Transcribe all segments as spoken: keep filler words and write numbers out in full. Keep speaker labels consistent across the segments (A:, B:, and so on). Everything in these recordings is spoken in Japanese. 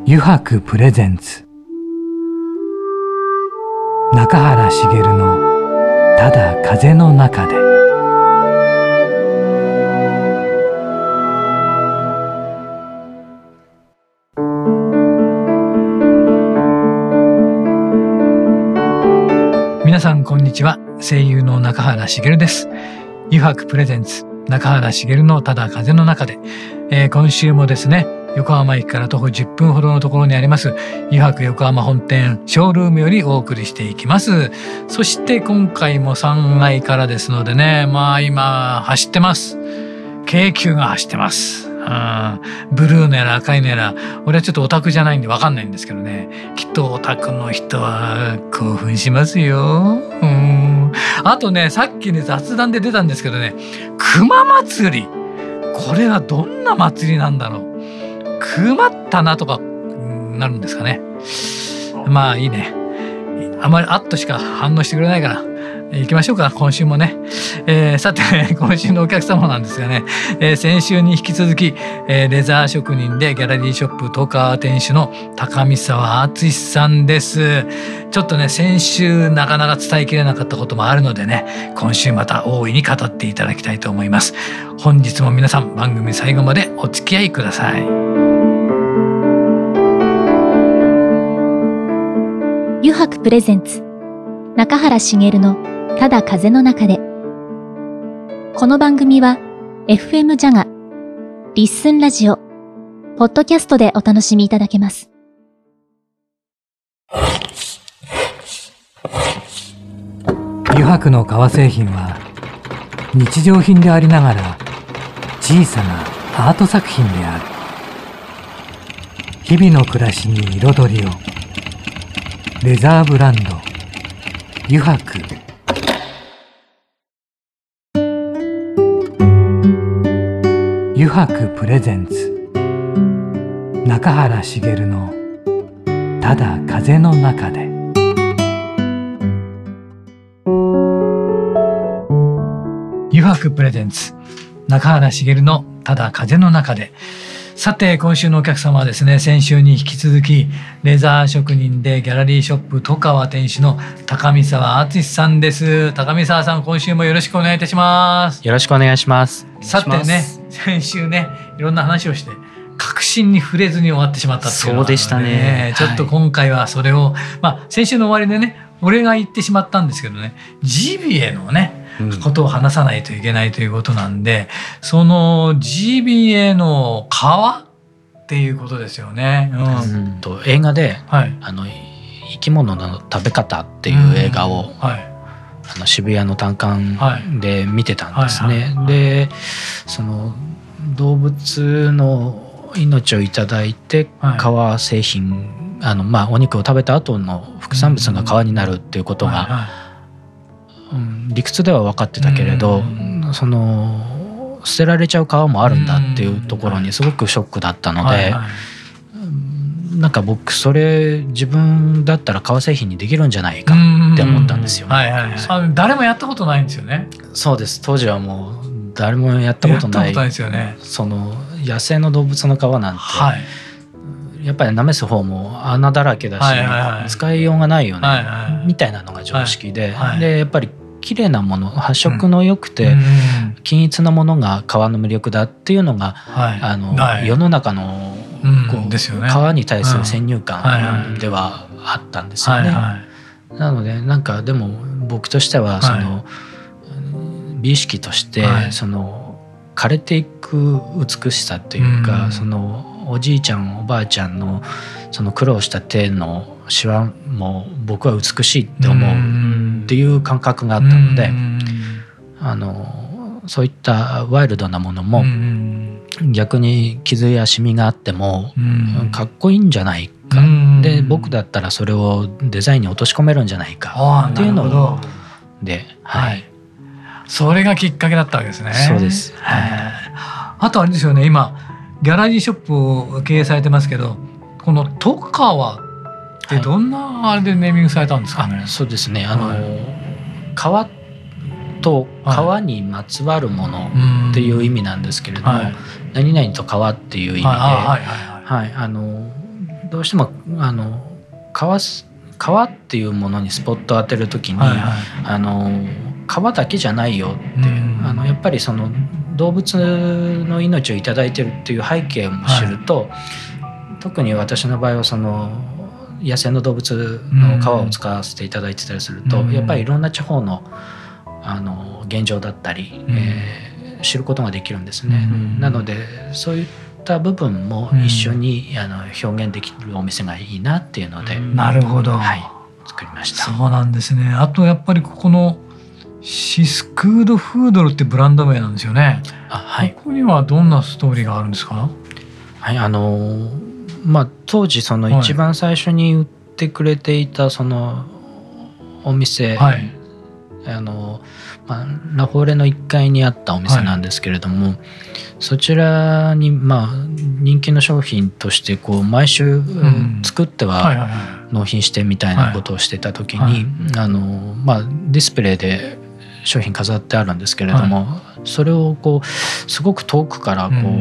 A: 油白プレゼンツ中原茂のただ風の中で。皆さんこんにちは。声優の中原茂です。油白プレゼンツ中原茂のただ風の中で、えー、今週もですね、横浜駅から徒歩じゅっぷんほどのところにあります油白横浜本店ショールームよりお送りしていきます。そして今回もさんがいからですのでね、まあ今走ってます。京急が走ってます。うん、ブルーのやら赤いのやら、俺はちょっとオタクじゃないんで分かんないんですけどね、きっとオタクの人は興奮しますよ。うん、あとね、さっきね雑談で出たんですけどね、熊祭り、これはどんな祭りなんだろう。熊ったなとかなるんですかね。まあいいね、あまりあっとしか反応してくれないから行きましょうか、今週もね。えー、さて今週のお客様なんですがね、えー、先週に引き続き、えー、レザー職人でギャラリーショップトカ店主の高見沢敦さんです。ちょっとね、先週なかなか伝えきれなかったこともあるのでね、今週また大いに語っていただきたいと思います。本日も皆さん番組最後までお付き合いください。
B: 油白プレゼンツ中原茂のただ風の中で。この番組は エフエム ジャガ、リッスンラジオ、ポッドキャストでお楽しみいただけます。
A: 油白の革製品は日常品でありながら小さなアート作品である。日々の暮らしに彩りを。レザーブランド油白。油白プレゼンツ中原茂のただ風の中で。油白プレゼンツ中原茂のただ風の中で。さて今週のお客様はですね、先週に引き続きレザー職人でギャラリーショップトカワ店主の高見沢敦さんです。高見沢さん、今週もよろしくお願いいたします。
C: よろしくお願いします。
A: さてね、先週ね、いろんな話をして確信に触れずに終わってしまったっていうのは、ね、
C: そうでしたね。
A: ちょっと今回はそれを、はい、まあ先週の終わりでね、俺が言ってしまったんですけどね、ジビエのねことを話さないといけないということなんで、そのジビエの皮っていうことですよね。うん
C: うんと映画で、はい、あの生き物の食べ方っていう映画を、はい、あの渋谷の単館で見てたんですね。で、その動物の命をいただいて皮製品、あのまあお肉を食べた後の副産物が皮になるっていうことが、はいはい、うん、理屈では分かってたけれど、その捨てられちゃう皮もあるんだっていうところにすごくショックだったので、はいはい、なんか僕それ自分だったら革製品にできるんじゃないかって思ったんですよね。
A: はいはいはい、あ、誰もやったことないんですよね。
C: そうです。当時はもう誰もやったことない。
A: やったことないですよね。
C: その野生の動物の皮なんて、はい、やっぱり舐めす方も穴だらけだし、はいはいはい、使いようがないよね、はいはいはい、みたいなのが常識で、はいはい、でやっぱり綺麗なもの、発色の良くて均一なものが皮の魅力だっていうのが、はい、あのはい、世の中のこう、うんですよね、皮に対する先入観ではあったんですよね。はいはい、なのでなんかでも僕としてはその、はい、美意識として、はい、その枯れていく美しさというか、うん、そのおじいちゃんおばあちゃんのその苦労した手のシワも僕は美しいって思うっていう感覚があったので、あのそういったワイルドなものも逆に傷やシミがあってもかっこいいんじゃないか、で僕だったらそれをデザインに落とし込めるんじゃないかっていうので、はい、
A: それがきっかけだったわけですね。
C: そうです。
A: あとあれですよね、今ギャラリーショップを経営されてますけど、このトカワってどんなあれでネーミングされたんですかね。はい、
C: そうですね、あの、はい、革と革にまつわるものっていう意味なんですけれども、はい、何々と革っていう意味で、はい、あのどうしてもあの革革っていうものにスポットを当てるときに、はいはい、あの革だけじゃないよっていう、うん、あのやっぱりその動物の命をいただいてるっていう背景も知ると、はい、特に私の場合はその野生の動物の皮を使わせていただいてたりすると、うん、やっぱりいろんな地方の、あの現状だったり、うんえー、知ることができるんですね、うん、なのでそういった部分も一緒に、うん、あの表現できるお店がいいなっていうので、うん、
A: なるほど、
C: はい、作りました。
A: そうなんですね。あとやっぱりここのシスクードフードルってブランド名なんですよね。
C: あ、はい、
A: ここにはどんなストーリーがあるんですか？
C: はい、あのまあ、当時その一番最初に売ってくれていたそのお店、はい、あのまあ、ラフォーレのいっかいにあったお店なんですけれども、はい、そちらにまあ人気の商品としてこう毎週作っては納品してみたいなことをしてた時に、あのまあディスプレイで商品飾ってあるんですけれども、はい、それをこうすごく遠くからこう、うん、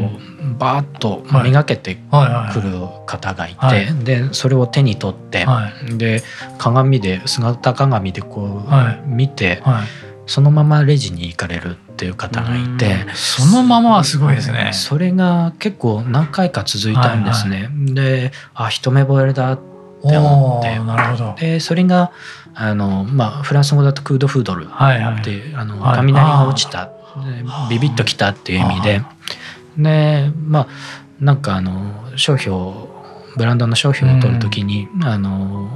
C: バーッとめがけてくる方がいて、はいはいはい、でそれを手に取って、はい、で鏡で姿鏡でこう、はい、見て、はい、そのままレジに行かれるっていう方がいて、
A: そのままはすごいですね。
C: それが結構何回か続いたんですね、はいはい、であ一目惚れだって思って、
A: なるほど。
C: でそれがあの、まあ、フランス語だとクードフードルって、はいはい、あの雷が落ちた、はい、ビビッときたっていう意味で、でまあなんかあの商標ブランドの商標を取るときに、うん、あの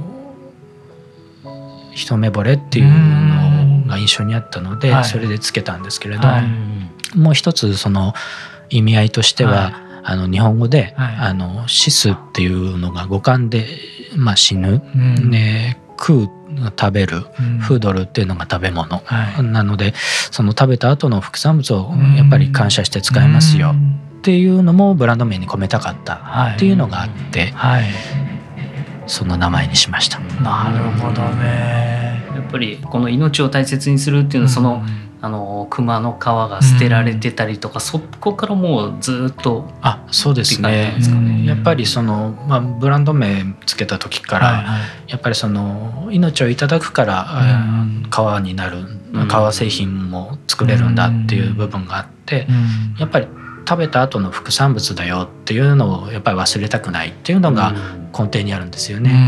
C: 一目惚れっていうのが印象にあったので、はい、それでつけたんですけれど、はい、もう一つその意味合いとしては、はい、あの日本語で、はい、あの死すっていうのが語感で、まあ、死ぬ、うん、ね、食う食べる、うん、フードルっていうのが食べ物、はい、なのでその食べた後の副産物をやっぱり感謝して使えますよっていうのもブランド名に込めたかったっていうのがあって、はいはい、その名前にしました。
A: なるほどね。
D: やっぱりこの命を大切にするっていうのはその、うんあの熊の皮が捨てられてたりとか、うん、そこからもうずっと
C: あそうですね、うん、やっぱりその、まあ、ブランド名つけた時から、はいはい、やっぱりその命をいただくから、うん、皮になる、うん、革製品も作れるんだっていう部分があって、うん、やっぱり食べた後の副産物だよっていうのをやっぱり忘れたくないっていうのが根底にあるんですよね、うん、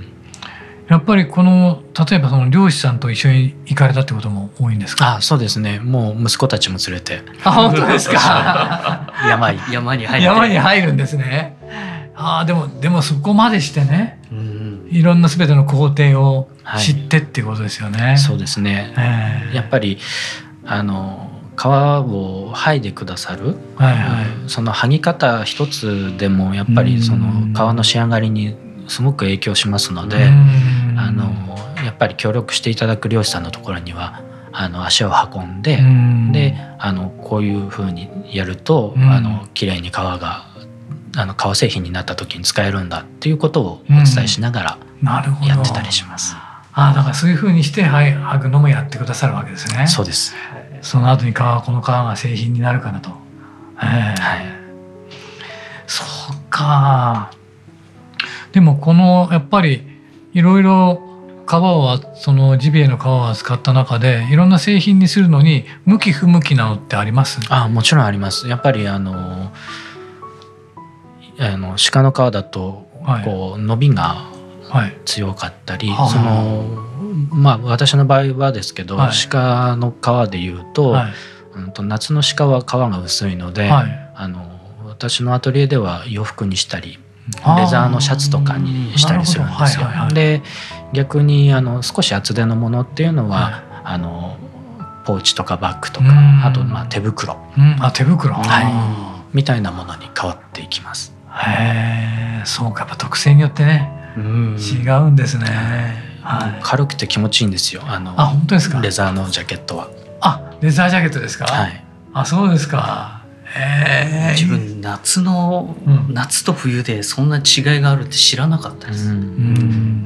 A: やっぱりこの例えばその漁師さんと一緒に行かれたってことも多いんですか？
C: あ、そうですね。もう息子たちも連れて。
A: あ、本当ですか？
C: 山に
D: 山に入って
A: 山に入るんですね。あ、でもでもそこまでしてね、うん、いろんな全ての工程を知ってっていうことですよね。はい、
C: そうですね。えー、やっぱりあの皮を剥いでくださる、はいはい、その剥ぎ方一つでもやっぱりその皮の仕上がりにすごく影響しますので、あのやっぱり協力していただく漁師さんのところにはあの足を運んで、であのこういう風にやるとあの綺麗に皮があの革製品になった時に使えるんだっていうことをお伝えしながらやってたりします。
A: あ、だからそういう風にして剥ぐのもやってくださるわけですね。
C: そうです。
A: その後に皮この皮が製品になるかなと、えーはい、そうか。でもこのやっぱりいろいろ皮をそのジビエの皮を扱った中でいろんな製品にするのに向き不向きなのってあります？
C: あ、もちろんあります。やっぱりあのあの鹿の皮だとこう伸びが強かったり、はい、そのまあ私の場合はですけど、はい、鹿の皮でいうと、はい、うんと夏の鹿は皮が薄いので、はい、あの私のアトリエでは洋服にしたりレザーのシャツとかにしたりするんですよ。はいはいはい、で逆にあの少し厚手のものっていうのは、はい、あのポーチとかバッグとかあとまあ手袋、
A: あ手袋、
C: はい、みたいなものに変わっていきます。
A: へえ、そうか、やっぱ特性によってね、うん、違うんですね。
C: はい、軽くて気持ちいいんですよ。あの
A: あ、本当ですか？
C: レザーのジャケットは。
A: あ、レザージャケットですか？はい。あ、そうですか。
D: えー、自分夏の、うん、夏と冬でそんな違いがあるって知らなかったです。うんうん、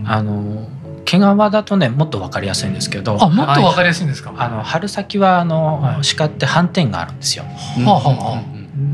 C: あの毛皮だとねもっと分かりやすいんですけど、
A: あ、もっと分かりやすいんですか？
C: あの春先はあの、はい、鹿って斑点があるんですよ。はあはあ、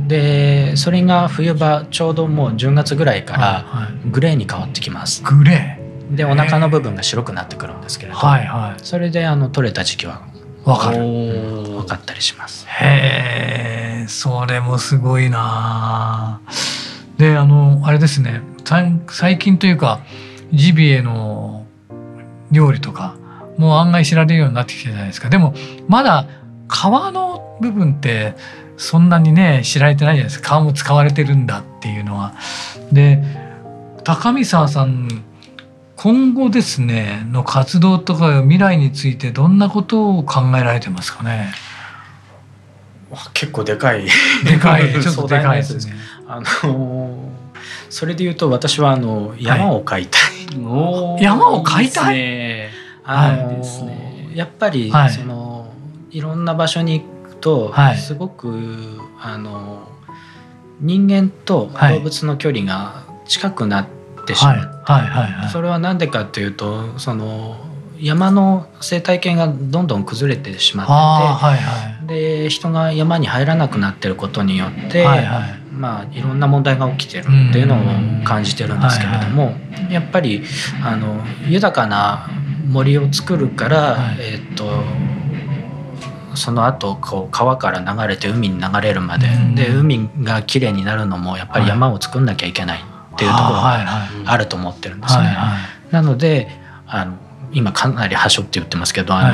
C: でそれが冬場ちょうどもうじゅうがつぐらいからグレーに変わってきます。
A: グレ
C: ーでお腹の部分が白くなってくるんですけれど、はいはい、それであの取れた時期は
A: 分かる
C: 分かったりします。
A: へえ、それもすごいな。であのあれですね、最近というかジビエの料理とかもう案外知られるようになってきたじゃないですか。でもまだ皮の部分ってそんなにね知られてないじゃないですか。皮も使われてるんだっていうのは。で高見沢さん、今後ですねの活動とか未来についてどんなことを考えられてますかね。
C: 結構でかい
A: でかいちょっとでかいですね。
C: あのそれで言うと私はあの山を買いたい、
A: はい、山を買いたい、
C: いいですね。あの、はいですね、やっぱり、はい、そのいろんな場所に行くと、はい、すごくあの人間と動物の距離が近くなってしまって、はいはいはいはい、それは何でかというとその山の生態系がどんどん崩れてしまってて、はいはい、で人が山に入らなくなっていることによって、はいはい、まあ、いろんんな問題が起きてるっていうのを感じてるんですけれども、はいはい、やっぱりあの豊かな森を作るから、はい、えー、っとその後こう川から流れて海に流れるまで、で海がきれいになるのもやっぱり山を作んなきゃいけないっていうところがあると思ってるんですね。はいはい、なのであの今かなりはしょって言ってますけど、あの、はい、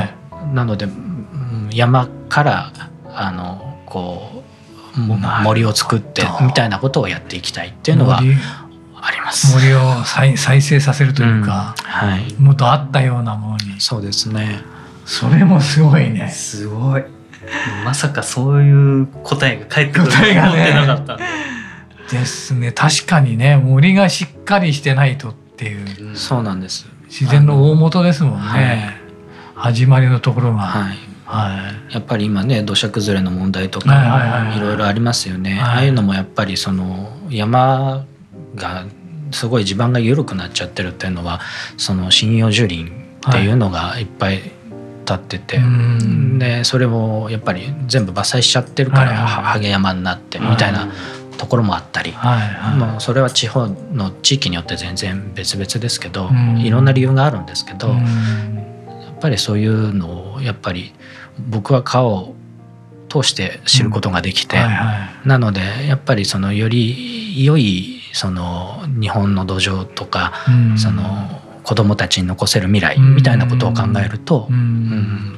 C: なので山からあのこう森を作ってみたいなことをやっていきたいっていうのはあります。
A: 森を 再, 再生させるというか、うん、はい、もっとあったようなものに。
C: そうですね。
A: それもすごいね。
D: すごい。まさかそういう答えが返ってくると思ってなかった。
A: ですね。確かにね、森がしっかりしてないとっていう。
C: うん、そうなんです。
A: 自然の大元ですもんね。はい、始まりのところが。はい
C: はい、やっぱり今ね土砂崩れの問題とかいろいろありますよね。はいはいはい、ああいうのもやっぱりその山がすごい地盤が緩くなっちゃってるっていうのはその針葉樹林っていうのがいっぱい立ってて、はい、でそれをやっぱり全部伐採しちゃってるから、はいはいはい、ハゲ山になってみたいなところもあったり、はいはい、もうそれは地方の地域によって全然別々ですけどいろんな理由があるんですけど、やっぱりそういうのをやっぱり僕は川を通して知ることができて、うんはいはい、なのでやっぱりそのより良いその日本の土壌とか、うん、その子どもたちに残せる未来みたいなことを考えると、うんうん、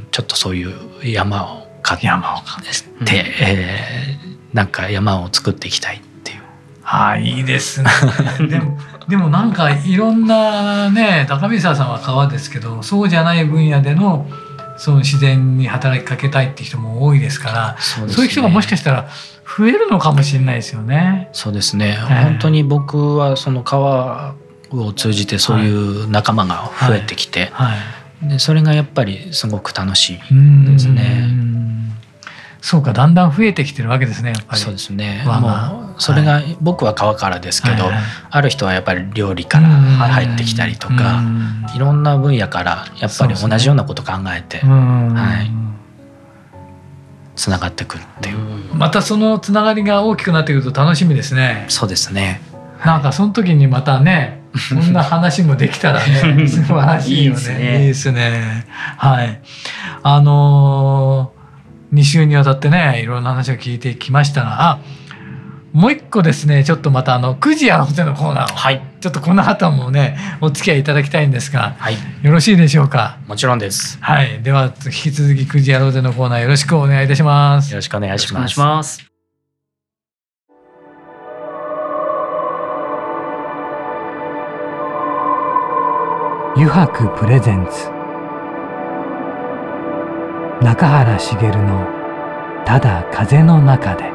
C: ちょっとそういう山を買って、山を買って、えー、なんか山を作っていきたいっていう。
A: ああいいですね。でもでもなんかいろんなね、高見沢さんは川ですけどそうじゃない分野でのその自然に働きかけたいって人も多いですから、 そうですね、そういう人がもしかしたら増えるのかもしれないですよね。
C: そうですね、えー、本当に僕はその川を通じてそういう仲間が増えてきて、はいはいはい、でそれがやっぱりすごく楽しいですね。
A: そうか、だんだん増えてきてるわけですね、やっぱり。
C: そうですね。もうそれが、はい、僕は川からですけど、はいはい、ある人はやっぱり料理から入ってきたりとか、いろんな分野からやっぱり同じようなこと考えて、はい、つながってくるっていう。
A: またそのつながりが大きくなってくると楽しみですね。
C: そうですね。
A: なんかその時にまたね、こんな話もできたらね、素晴らしいよね。いいですね。いいですね。はい。あのーに週にわたってねいろんな話を聞いてきましたが、あもう一個ですね、ちょっとまたあのくじやろうぜのコーナーを、はい、ちょっとこの後もねお付き合いいただきたいんですが、はい、よろしいでしょうか。
C: もちろんです。
A: はい、では引き続きくじやろうぜのコーナーよろしくお願いいたします。
C: よろしくお願いします。
A: 油白プレゼンツ中原茂のただ風の中で。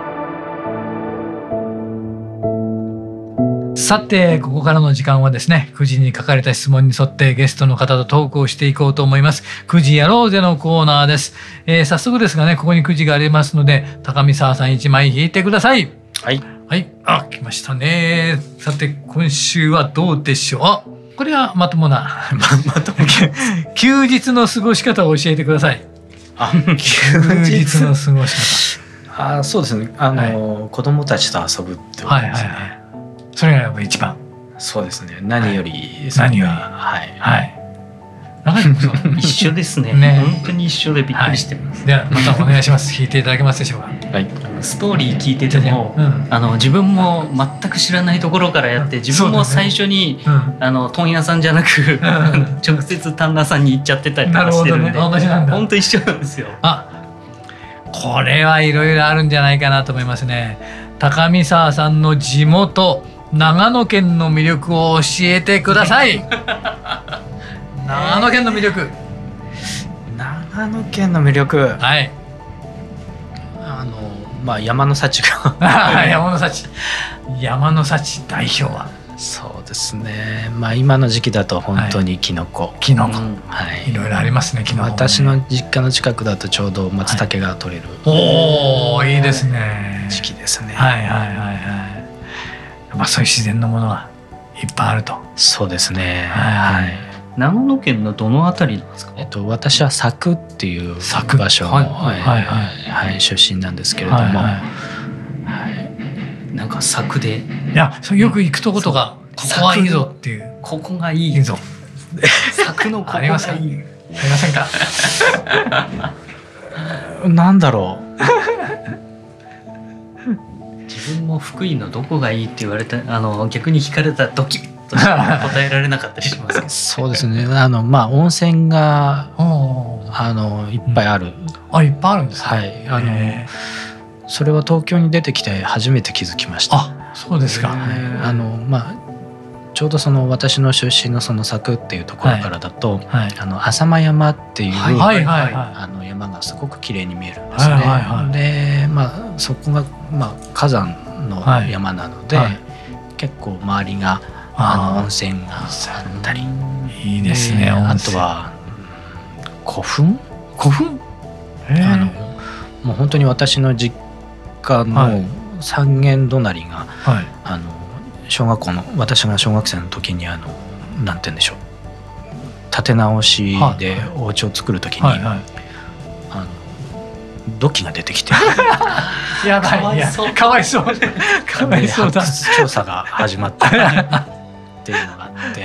A: さてここからの時間はですね、くじに書かれた質問に沿ってゲストの方とトークをしていこうと思います。くじやろうぜのコーナーです。えー、早速ですがね、ここにくじがありますので高見沢さんいちまい引いてください。
C: はい
A: はい、あ来ましたね。さて今週はどうでしょう。あこれはまともなまとも休日の過ごし方を教えてください。
C: あ
A: 休日の過ごし方。
C: あ、そうですね。あの、はい、子供たちと遊ぶってことですね。はいはいはい、
A: それがやっぱ一番。
C: そうですね。何より、はい、
A: 何より、
C: はい
A: はい。
D: 一緒ですね。ね、本当に一緒でびっくりしてます。
A: はい、ではまたお願いします。弾いていただけますでしょうか。
C: はい。
D: ストーリー聞いてても、うん、あの自分も全く知らないところからやって、自分も最初に、うん、あの問屋さんじゃなく、うん、直接旦那さんに行っちゃってたりとかしてるんで、
A: なるほどね、同じなんだ。
D: 本当一緒なんですよ。
A: あ、これはいろいろあるんじゃないかなと思いますね。高見沢さんの地元長野県の魅力を教えてください。長野県の魅力。
C: 長野県の魅力。
A: はい。
C: あのまあ山の幸が
A: 山の幸。山の幸代表は。
C: そうですね。まあ今の時期だと本当にキノコ。
A: はい、キノコ。
C: はい。
A: いろいろありますね。キノコ、ね。
C: 私の実家の近くだとちょうど松茸が取れる。
A: はい、おお、いいですね。
C: 時期ですね。
A: はいはいはいはい。まあそういう自然のものがいっぱいあると。
C: そうですね。はい。
D: 長野県のどのあたりなんですか。
C: えっと私は佐久っていう場所の、はいはいはいはい、出身なんですけれども、はいはいはい、
D: なんか佐久で、
A: いやよく行くとことか、ここはいいぞっていう、
D: ここがいい、
A: いいぞ。
D: 佐久のここがいい。ありません
A: か。
C: なんだろ
D: う。自分も福井のどこがいいって言われて、あの逆に聞かれたらドキッ。答えられなかったりしますけど。
C: そうですね。あのまあ温泉があのいっぱいある。
A: うん、あ、いっぱいあるんですか。
C: はい。あのそれは東京に出てきて初めて気づきました。
A: あ、そうですか。
C: あのまあちょうどその私の出身のその佐久っていうところからだと、はいはい、あの浅間山っていう、はいはいはい、あの山がすごく綺麗に見えるんですね。はいはいはい、で、まあそこがまあ火山の山なので、はいはい、結構周りがあの温泉があったり、
A: いいですね。
C: あとは古墳
A: 古墳
C: あのもう本当に私の実家の三軒隣が、はい、あの小学校の私が小学生の時にあのなんて言うんでしょう、建て直しでお家を作る時に、はいはい、あの土器が出てきて
A: やばい、かわいそうかわいそうかわいそうだ。
C: 発掘調査が始まったっていうのがあって、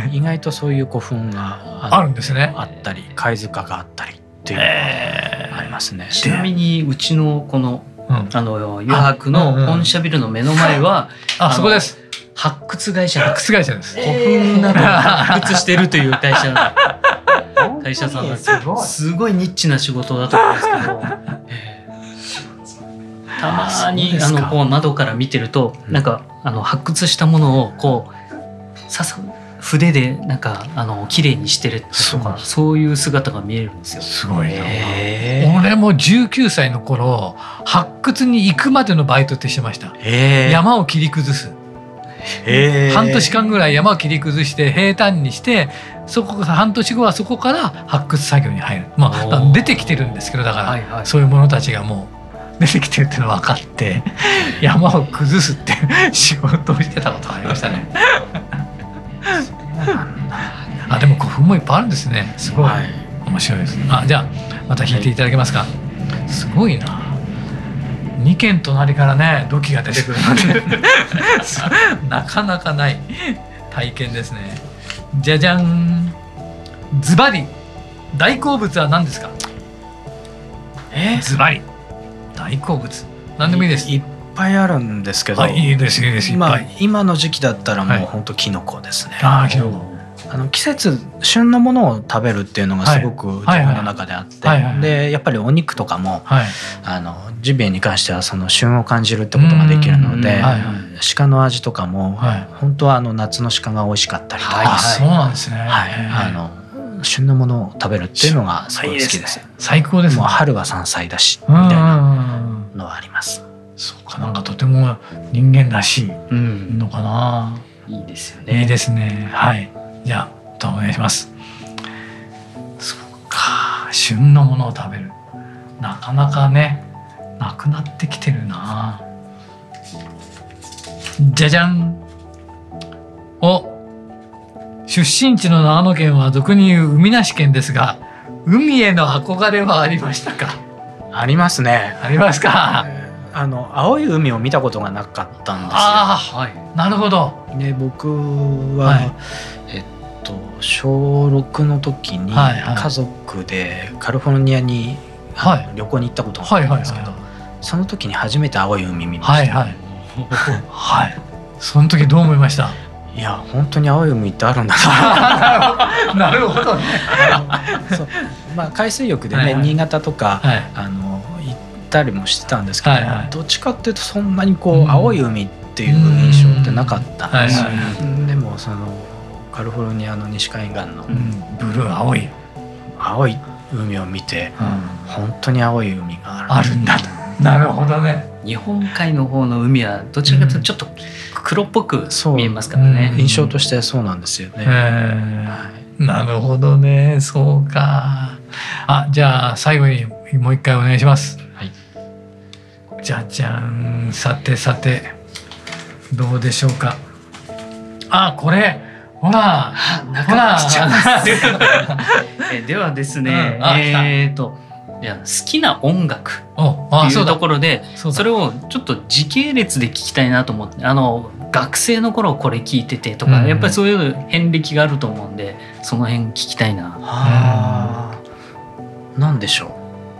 C: 意外とそういう古墳が
A: あ, あるんですね。
C: あったり貝塚があったりっていうのがありますね。
D: ちなみにうちのこの、うん、あの湯泊の本社ビルの目の前は、
A: あ、そこです。
D: 発掘会社
A: 発掘会社です。
D: 古墳などを発掘してるという会社会社さんなんですよ。すごいニッチな仕事だと思うんですけど、えー、たまにあのこう窓から見てると、なんかあの発掘したものをこうささ筆でなんかあの綺麗にしてるとか、そういう姿が見えるんですよ。
A: すごいな。俺もじゅうきゅうさいの頃発掘に行くまでのバイトってしてました。山を切り崩す。半年間ぐらい山を切り崩して平坦にして、そこから半年後はそこから発掘作業に入る。まあ出てきてるんですけど、だから、はいはい、そういう者たちがもう出てきてるっていうの分かって山を崩すって仕事をしてたことがありましたね。あ、でも古墳もいっぱいあるんですね。すごい、はい、面白いです。あ、じゃあまた弾いていただけますか。はい、すごいな。に軒隣からね土器が出てくるなんてなかなかない体験ですね。じゃじゃん。ズバリ大好物は何ですか。えー、ズバリ大好物何でもいいです。
C: いっぱいあるんですけど、
A: あ、いいですいいです。いっぱい、
C: まあ、今の時期だったらもう本当キノコですね。
A: はい、あ、キノコ。
C: あの季節旬のものを食べるっていうのがすごく自分の中であって、でやっぱりお肉とかも、はい、あのジビエに関してはその旬を感じるってことができるので、はいはい、鹿の味とかも、はい、本当はあの夏の鹿が美味しかったりとか、
A: はいはい、そうなんですね、
C: はい、あの旬のものを食べるっていうのがすごい好きです。
A: 最高ですね。
C: もう春は山菜だしみたいなのはあります。
A: そうか、なんかとても人間らしいのかな、
D: うん、いいですよね。
A: いいですね。はい、じゃあお願いします。そうか、旬のものを食べる、なかなかねなくなってきてるな。じゃじゃん。お、出身地の長野県は俗に言う海なし県ですが、海への憧れはありましたか。
C: ありますね。
A: ありますか。
C: あの青い海を見たことがなかったんですよ。
A: ああ、はい、なるほど。
C: で僕は、はい、えっと小ろくの時に家族でカリフォルニアに、はい、旅行に行ったことがあるんですけど、はいはいはいはい、その時に初めて青い海見ました。はいはいはい。
A: その時どう思いました？
C: いや本当に青い海ってあるんだ
A: な。なるほどね。
C: そうまあ海水浴でね、はいはい、新潟とか、はい、あの行ったりもしてたんですけど、はいはい、どっちかっていうとそんなにこう、うん、青い海っていう印象ってなかったんですよ、はいはい、でもそのカリフォルニアの西海岸の、うん、
A: ブルー青い
C: 青い海を見て、うん、本当に青い海が
A: あるんだと。なるほどね。
D: 日本海の方の海はどちらかというとちょっと黒っぽく見えますからね、
C: うん、印象としてそうなんですよね、
A: はい、なるほどね。そうか。あ、じゃあ最後にもう一回お願いします。はい、じゃじゃん。さてさてどうでしょうか。あ、これほら
D: ほらえではですね、うん、えーといや好きな音楽っていうところで そ, それをちょっと時系列で聞きたいなと思って、あの学生の頃これ聞いててとか、うん、やっぱりそういう遍歴があると思うんでその辺聞きたいな。
C: はあ、なんでしょ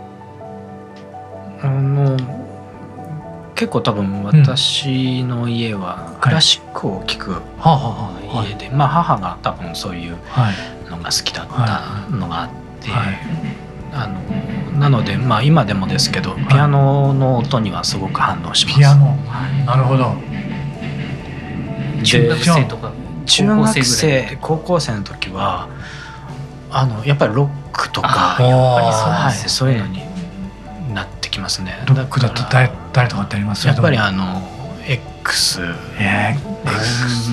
C: う。あの結構多分私の家はクラシックを聴く家で、まあ母が多分そういうのが好きだったのがあって、はいはい、あのなので、まあ、今でもですけどピアノの音にはすごく反応します。
A: ピアノ、なるほど。
D: 中学生とか
C: 中学生高校生の時はあのやっぱりロックとかやっぱりそう、はい、そういうのになってきますね。
A: ロックだと 誰, 誰とかってあります？
C: やっぱりあの X、
A: えー、X、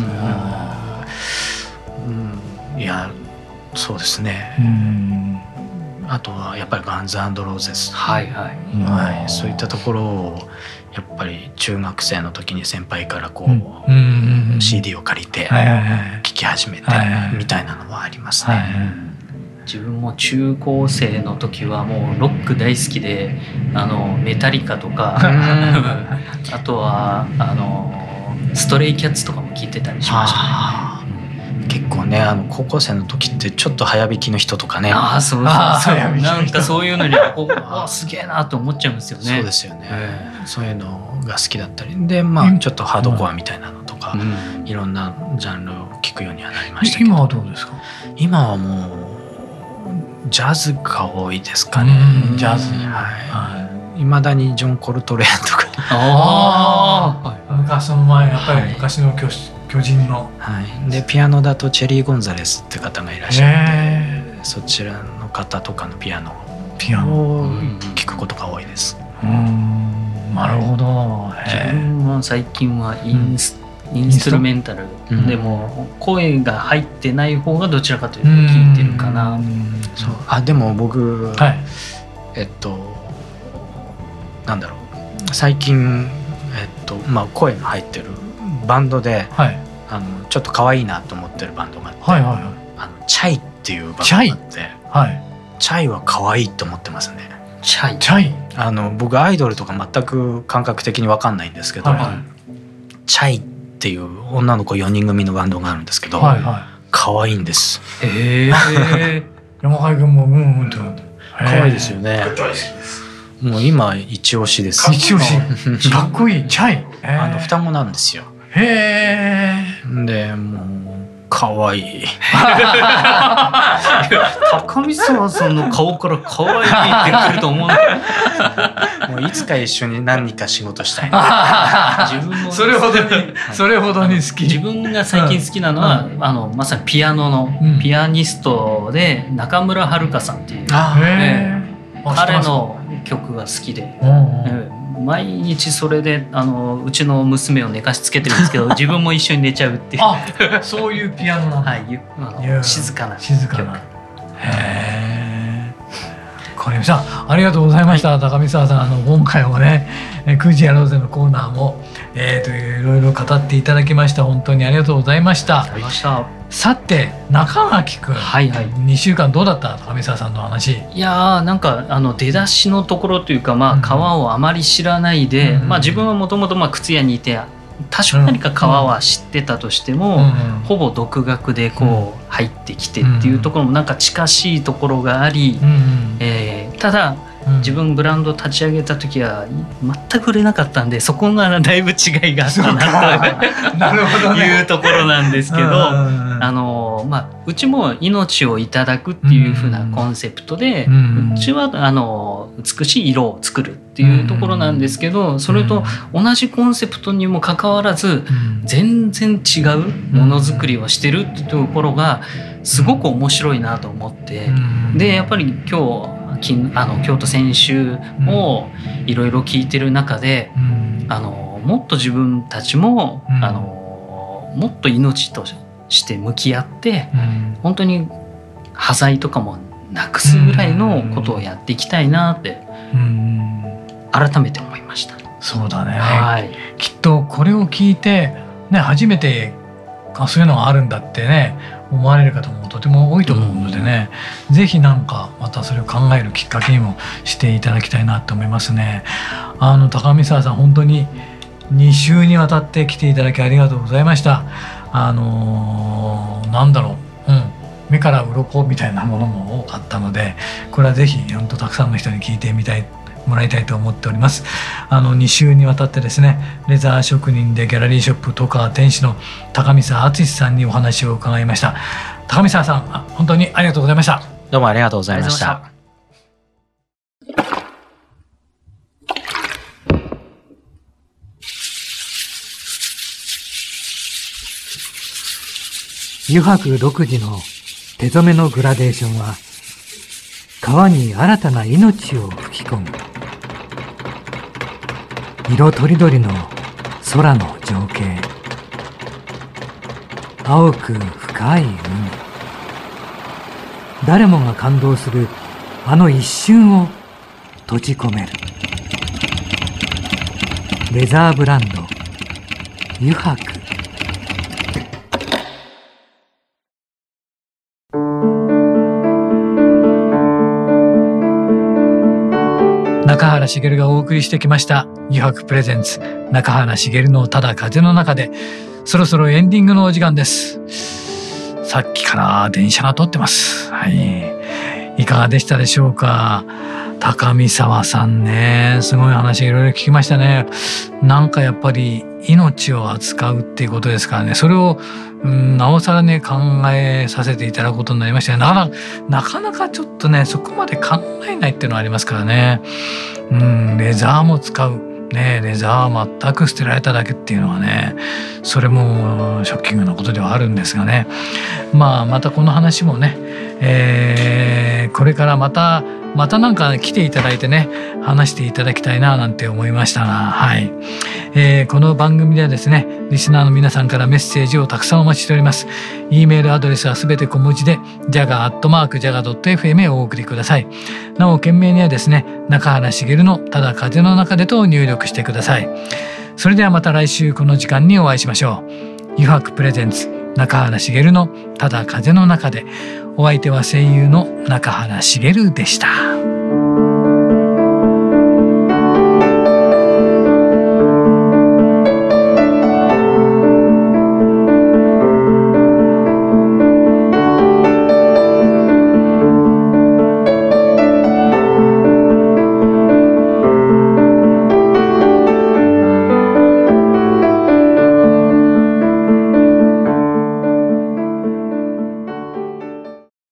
C: うん、いやそうですね。うんあとはやっぱりガンズ&ローゼス、
D: はいはい
C: はい、そういったところをやっぱり中学生の時に先輩からこう、うんうん、シーディー を借りて聴き始めてみたいなのはありますね、はいはいはい、
D: 自分も中高生の時はもうロック大好きで、あのメタリカとかあとはあのストレイキャッツとかも聴いてたりしましたね。
C: 結構ねあの高校生の時ってちょっと早弾きの人とかね、
D: ああそうそうそうなんかそういうのにこうあすげえなと思っちゃうんですよね。
C: そうですよね、えー、そういうのが好きだったりで、まあちょっとハードコアみたいなのとか、うん、いろんなジャンルを聞くようにはなりましたけど。
A: 今はどうですか？
C: 今はもうジャズが多いですかね。
A: ジャズ、
C: はい、いまだにジョン・コルトレーンとか
A: ああ、はい、その前やっぱり昔の巨子巨人の、
C: はい、でピアノだとチェリー・ゴンザレスって方がいらっしゃって、そちらの方とかのピアノを聴くことが多いです。
A: うーん、なるほど。
D: 自分は最近はインス、うん、インストゥルメンタル、うん、でも声が入ってない方がどちらかというと聴いてるかな。
C: そうあでも僕、はい、えっとなんだろう最近えっとまあ声が入ってるバンドで、はい、あのちょっと可愛いなと思ってるバンドがあって、はいはいはい、あのチャイっていうバンドがあって、はい、チャイは可愛いと思ってますね。
D: チャイ、
A: チャイ
C: あの僕アイドルとか全く感覚的に分かんないんですけど、はいはい、チャイっていう女の子よにん組のバンドがあるんですけど、はいはい、可愛いんです。
A: へえ山海君もうんうんと
C: 可愛いですよね。大好きです。もう今一押しです。
A: 一押しかっこいいチャイ
C: あの双子なんですよ。
A: へ
C: え。でもう可愛い。
D: 高見沢さんの顔から可愛いってくると思うんだ
C: けど、もういつか一緒に何か仕事したい。
A: 自分もそれほどに、はい、それほどに好き。
D: 自分が最近好きなのは、うん、あのまさにピアノの、うん、ピアニストで中村遥さんっていう、あ、ね、彼の曲が好きで。ね、毎日それであのうちの娘を寝かしつけてるんですけど自分も一緒に寝ちゃうっていう
A: あそういうピアノなんだ、
D: はい、あの静かな
A: 静かな。へー、わかりました。ありがとうございました、はい、高見沢さん。あの今回もねくじやろうぜのコーナーも、えー、といろいろ語っていただきました。本当にありがとうございました。
D: ありがとうございました。
A: さて中垣君、
D: はいはい、
A: にしゅうかんどうだった？高見沢さんの話。
D: いやーなんかあの出だしのところというか、まあ、川をあまり知らないで、うんまあ、自分はもともと靴屋にいて多少何か川は知ってたとしても、うんうん、ほぼ独学でこう入ってきてっていうところもなんか近しいところがあり、うんうんえー、ただ自分ブランド立ち上げた時は全く売れなかったんで、そこがだいぶ違いがあったなというところなんですけど、あの、まあ、うちも命をいただくっていう風なコンセプトで、うちはあの美しい色を作るっていうところなんですけど、それと同じコンセプトにもかかわらず全然違うものづくりをしてるっていうところがすごく面白いなと思って、でやっぱり今日あの京都選手をいろいろ聞いてる中で、うん、あのもっと自分たちも、うん、あのもっと命として向き合って、うん、本当に端材とかもなくすぐらいのことをやっていきたいなって、うん、改めて思いました。
A: そうだね、はい、きっとこれを聞いて、ね、初めてあそういうのがあるんだってね思われる方もとても多いと思うのでね、うん、ぜひなんかまたそれを考えるきっかけにもしていただきたいなと思いますね。あの高見沢さん本当にに週にわたって来ていただきありがとうございました。あのー、なんだろう、うん、目から鱗みたいなものも多かったので、これはぜひ本当たくさんの人に聞いてみたいもらいたいと思っております。あのに週にわたってですね、レザー職人でギャラリーショップとか店主の高見沢敦さんにお話を伺いました。高見沢さん本当にありがとうございました。
C: どうもありがとうございました。
A: 油白独自の手染めのグラデーションは川に新たな命を吹き込む。色とりどりの空の情景、青く深い海、誰もが感動するあの一瞬を閉じ込める。レザーブランド油白。中原茂がお送りしてきました油白プレゼンツ中原茂のただ風の中で、そろそろエンディングのお時間です。さっきから電車が通ってます。はい、いかがでしたでしょうか。高見沢さんね、すごい話いろいろ聞きましたね。なんかやっぱり命を扱うっていうことですからね、それを、うん、なおさらね考えさせていただくことになりましたね。なかなかなかなかちょっとねそこまで考えないっていうのはありますからね。うん、レザーも使うね、レザー全く捨てられただけっていうのはね、それもショッキングなことではあるんですがね。まあまたこの話もね、えー、これからまたまたなんか来ていただいてね話していただきたいななんて思いましたが、はい、えー、この番組ではですねリスナーの皆さんからメッセージをたくさんお待ちしております。 E メールアドレスはすべて小文字で ジャガ アットマーク ジャガ ドット エフエム へお送りください。なお件名にはですね中原茂のただ風の中でと入力してください。それではまた来週この時間にお会いしましょう。油白プレゼンツ中原茂のただ風の中で、お相手は声優の中原茂でした。